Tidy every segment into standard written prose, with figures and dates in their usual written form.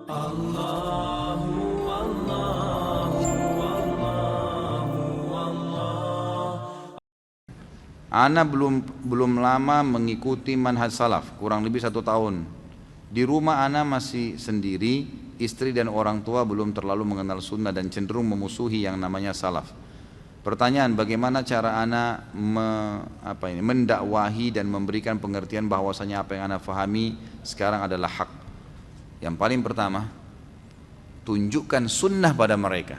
Allahu Allahu Allahu Allah. Ana belum lama mengikuti manhaj salaf, kurang lebih 1 tahun. Di rumah ana masih sendiri, istri dan orang tua belum terlalu mengenal sunnah dan cenderung memusuhi yang namanya salaf. Pertanyaan, bagaimana cara ana mendakwahi dan memberikan pengertian bahwasanya apa yang ana fahami sekarang adalah hak. Yang paling pertama, tunjukkan sunnah pada mereka.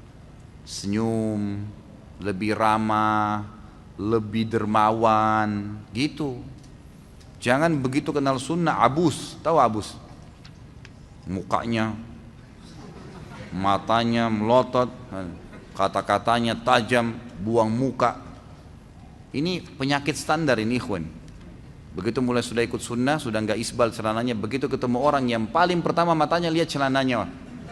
Senyum, lebih ramah, lebih dermawan, gitu. Jangan begitu kenal sunnah abus, tahu abus? Mukanya, matanya melotot, kata-katanya tajam, buang muka. Ini penyakit standar ini, ikhwan. Begitu mulai sudah ikut sunnah, sudah nggak isbal celananya, begitu ketemu orang yang paling pertama matanya lihat celananya,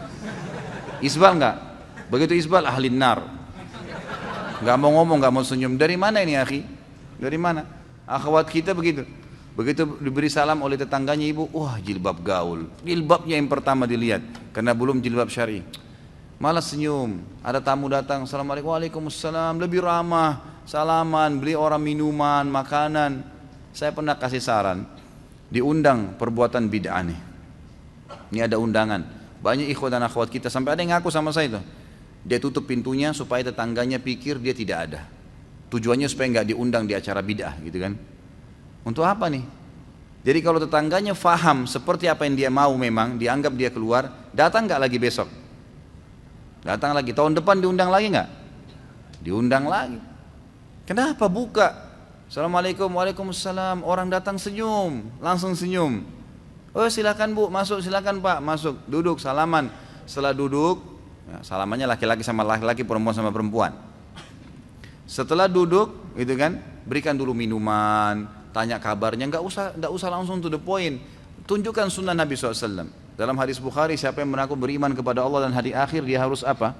isbal nggak? Begitu isbal ahli nar, nggak mau ngomong, nggak mau senyum. Dari mana ini akhi? Dari mana? Akhwat kita begitu. Begitu diberi salam oleh tetangganya, ibu, wah jilbab gaul. Jilbabnya yang pertama dilihat, karena belum jilbab syar'i. Malah senyum. Ada tamu datang, assalamualaikum, waalaikumsalam, lebih ramah, salaman, beli orang minuman, makanan. Saya pernah kasih saran, diundang perbuatan bid'ah nih. Ini ada undangan. Banyak ikhwan dan akhwat kita, sampai ada yang ngaku sama saya tuh. Dia tutup pintunya supaya tetangganya pikir dia tidak ada. Tujuannya supaya nggak diundang di acara bid'ah, gitu kan? Untuk apa nih? Jadi kalau tetangganya faham seperti apa yang dia mau, memang dianggap dia keluar, datang nggak lagi besok? Datang lagi. Tahun depan diundang lagi nggak? Diundang lagi. Kenapa buka? Assalamualaikum, waalaikumsalam. Orang datang senyum, langsung senyum. Oh silakan bu, masuk, silakan pak, masuk, duduk, salaman. Setelah duduk, ya, salamannya laki-laki sama laki-laki, perempuan sama perempuan. Setelah duduk, gitu kan, berikan dulu minuman, tanya kabarnya, nggak usah langsung to the point. Tunjukkan sunnah Nabi SAW. Dalam hadis Bukhari, siapa yang mengaku beriman kepada Allah dan hari akhir, dia harus apa?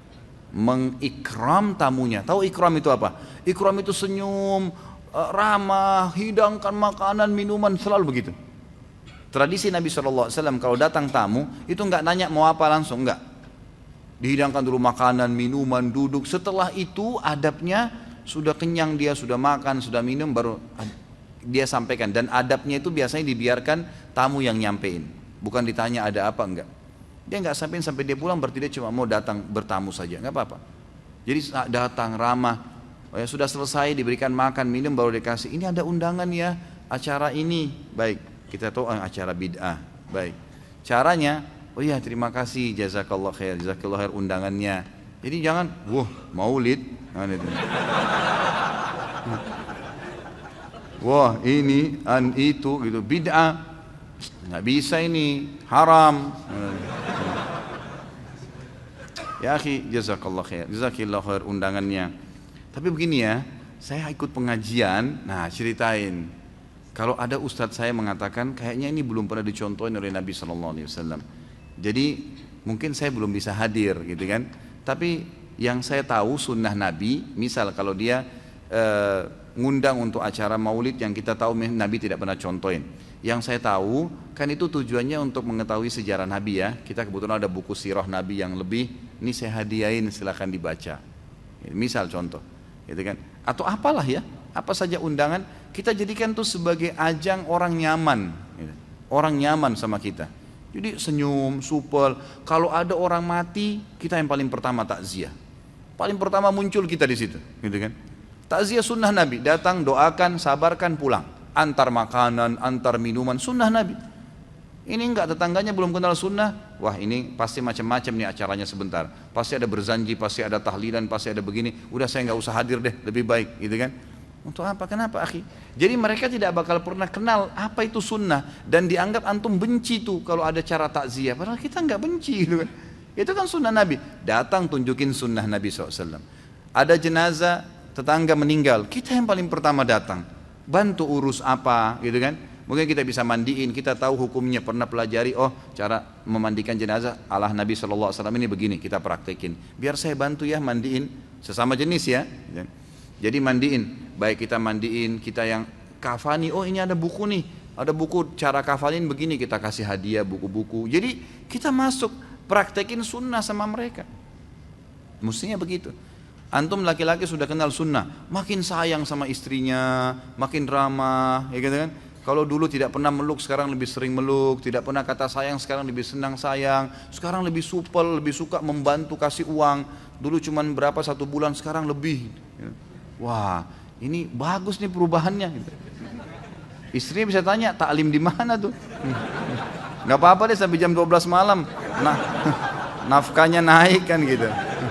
Mengikram tamunya. Tahu ikram itu apa? Ikram itu senyum, ramah, hidangkan makanan, minuman, selalu begitu. Tradisi Nabi SAW kalau datang tamu, itu nggak nanya mau apa langsung, nggak. Dihidangkan dulu makanan, minuman, duduk. Setelah itu adabnya, sudah kenyang dia, sudah makan, sudah minum, baru dia sampaikan. Dan adabnya itu biasanya dibiarkan tamu yang nyampein, bukan ditanya ada apa, enggak. Dia enggak sampein sampai dia pulang, berarti dia cuma mau datang bertamu saja, enggak apa-apa. Jadi datang ramah, ya sudah selesai diberikan makan minum baru dikasih, ini ada undangan ya, acara ini, baik. Kita tahu acara bid'ah, baik. Caranya, oh iya terima kasih, jazakallah khair, jazakallah khair undangannya. Jadi jangan, maulid, wah ini itu gitu, bid'ah, nggak bisa ini, haram. Ya akhi, jazakallah khair, jazakallah khair undangannya. Tapi begini ya, saya ikut pengajian, nah ceritain. Kalau ada ustadz saya mengatakan kayaknya ini belum pernah dicontohin oleh Nabi SAW. Jadi mungkin saya belum bisa hadir gitu kan. Tapi yang saya tahu sunnah Nabi, misal kalau dia ngundang untuk acara maulid yang kita tahu Nabi tidak pernah contohin. Yang saya tahu kan itu tujuannya untuk mengetahui sejarah Nabi ya. Kita kebetulan ada buku sirah Nabi yang lebih, ini saya hadiahin, silakan dibaca. Misal contoh, gitu kan? Atau apalah ya, apa saja undangan kita jadikan tuh sebagai ajang orang nyaman, gitu. Orang nyaman sama kita. Jadi senyum, supel. Kalau ada orang mati, kita yang paling pertama takziah. Paling pertama muncul kita di situ, gitu kan? Takziah sunnah Nabi, datang, doakan, sabarkan, pulang. Antar makanan, antar minuman, sunnah Nabi. Ini enggak, tetangganya belum kenal sunnah, wah ini pasti macam-macam nih acaranya sebentar. Pasti ada berzanji, pasti ada tahlilan, pasti ada begini. Udah saya nggak usah hadir deh, lebih baik, gitu kan? Untuk apa? Kenapa akhi? Jadi mereka tidak bakal pernah kenal apa itu sunnah dan dianggap antum benci tuh kalau ada cara takziah. Padahal kita nggak benci, gitu kan? Itu kan sunnah Nabi. Datang tunjukin sunnah Nabi SAW. Ada jenazah, tetangga meninggal, kita yang paling pertama datang, bantu urus apa, gitu kan? Mungkin kita bisa mandiin, kita tahu hukumnya, pernah pelajari, oh cara memandikan jenazah ala Nabi SAW ini begini, kita praktekin. Biar saya bantu ya mandiin, sesama jenis ya. Jadi mandiin, baik kita mandiin, kita yang kafani, oh ini ada buku nih, ada buku cara kafalin begini, kita kasih hadiah buku-buku. Jadi kita masuk praktekin sunnah sama mereka. Mestinya begitu. Antum laki-laki sudah kenal sunnah, makin sayang sama istrinya, makin ramah, ya gitu kan. Kalau dulu tidak pernah meluk, sekarang lebih sering meluk. Tidak pernah kata sayang, sekarang lebih senang sayang. Sekarang lebih supel, lebih suka membantu kasih uang. Dulu cuman berapa 1 bulan, sekarang lebih. Wah, ini bagus nih perubahannya. Istrinya bisa tanya, taklim di mana tuh? Nggak apa-apa deh sampai jam 12 malam. Nah, nafkahnya naik kan gitu.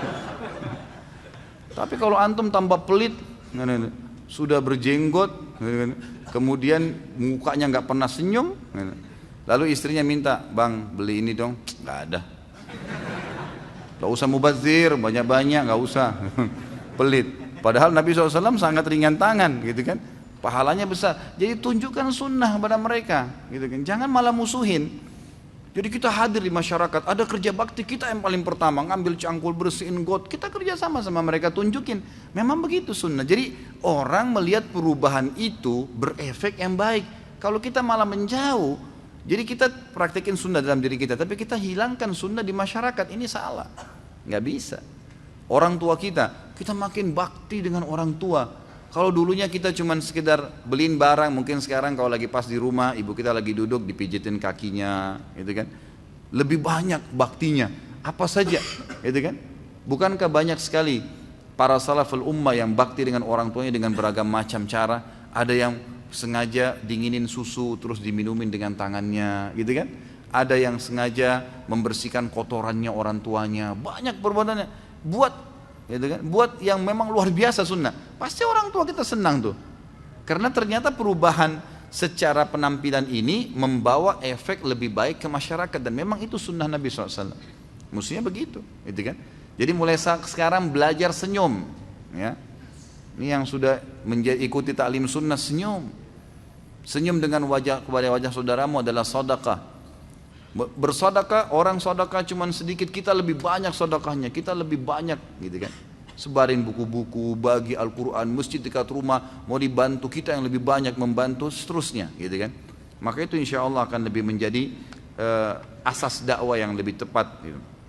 Tapi kalau antum tambah pelit, sudah berjenggot, kemudian mukanya nggak pernah senyum, lalu istrinya minta, bang beli ini dong, nggak ada. Nggak usah mubazir, banyak-banyak, nggak usah. Pelit. Padahal Nabi SAW sangat ringan tangan, gitu kan? Pahalanya besar. Jadi tunjukkan sunnah pada mereka, gitu kan? Jangan malah musuhin. Jadi kita hadir di masyarakat, ada kerja bakti kita yang paling pertama, ngambil cangkul, bersihin got, kita kerja sama mereka, tunjukin. Memang begitu sunnah. Jadi orang melihat perubahan itu berefek yang baik. Kalau kita malah menjauh, jadi kita praktekin sunnah dalam diri kita, tapi kita hilangkan sunnah di masyarakat, ini salah. Nggak bisa. Orang tua kita makin bakti dengan orang tua. Kalau dulunya kita cuma sekedar beliin barang, mungkin sekarang kalau lagi pas di rumah, ibu kita lagi duduk, dipijitin kakinya, gitu kan. Lebih banyak baktinya, apa saja, gitu kan. Bukankah banyak sekali para salaful ummah yang bakti dengan orang tuanya dengan beragam macam cara. Ada yang sengaja dinginin susu terus diminumin dengan tangannya, gitu kan. Ada yang sengaja membersihkan kotorannya orang tuanya, banyak perbuatannya. Gitu kan? Buat yang memang luar biasa sunnah, pasti orang tua kita senang tuh, karena ternyata perubahan secara penampilan ini membawa efek lebih baik ke masyarakat, dan memang itu sunnah Nabi SAW. Mestinya begitu, gitu kan? Jadi mulai sekarang belajar senyum, ya. Ini yang sudah ikuti taklim sunnah, senyum dengan wajah kepada wajah saudaramu adalah sedekah. Bersedekah, orang sedekah cuma sedikit, kita lebih banyak sedekahnya, kita lebih banyak, gitu kan. Sebarin buku-buku, bagi Al-Quran, masjid dekat rumah, mau dibantu, kita yang lebih banyak membantu, seterusnya, gitu kan. Maka itu insya Allah akan lebih menjadi asas dakwah yang lebih tepat, gitu.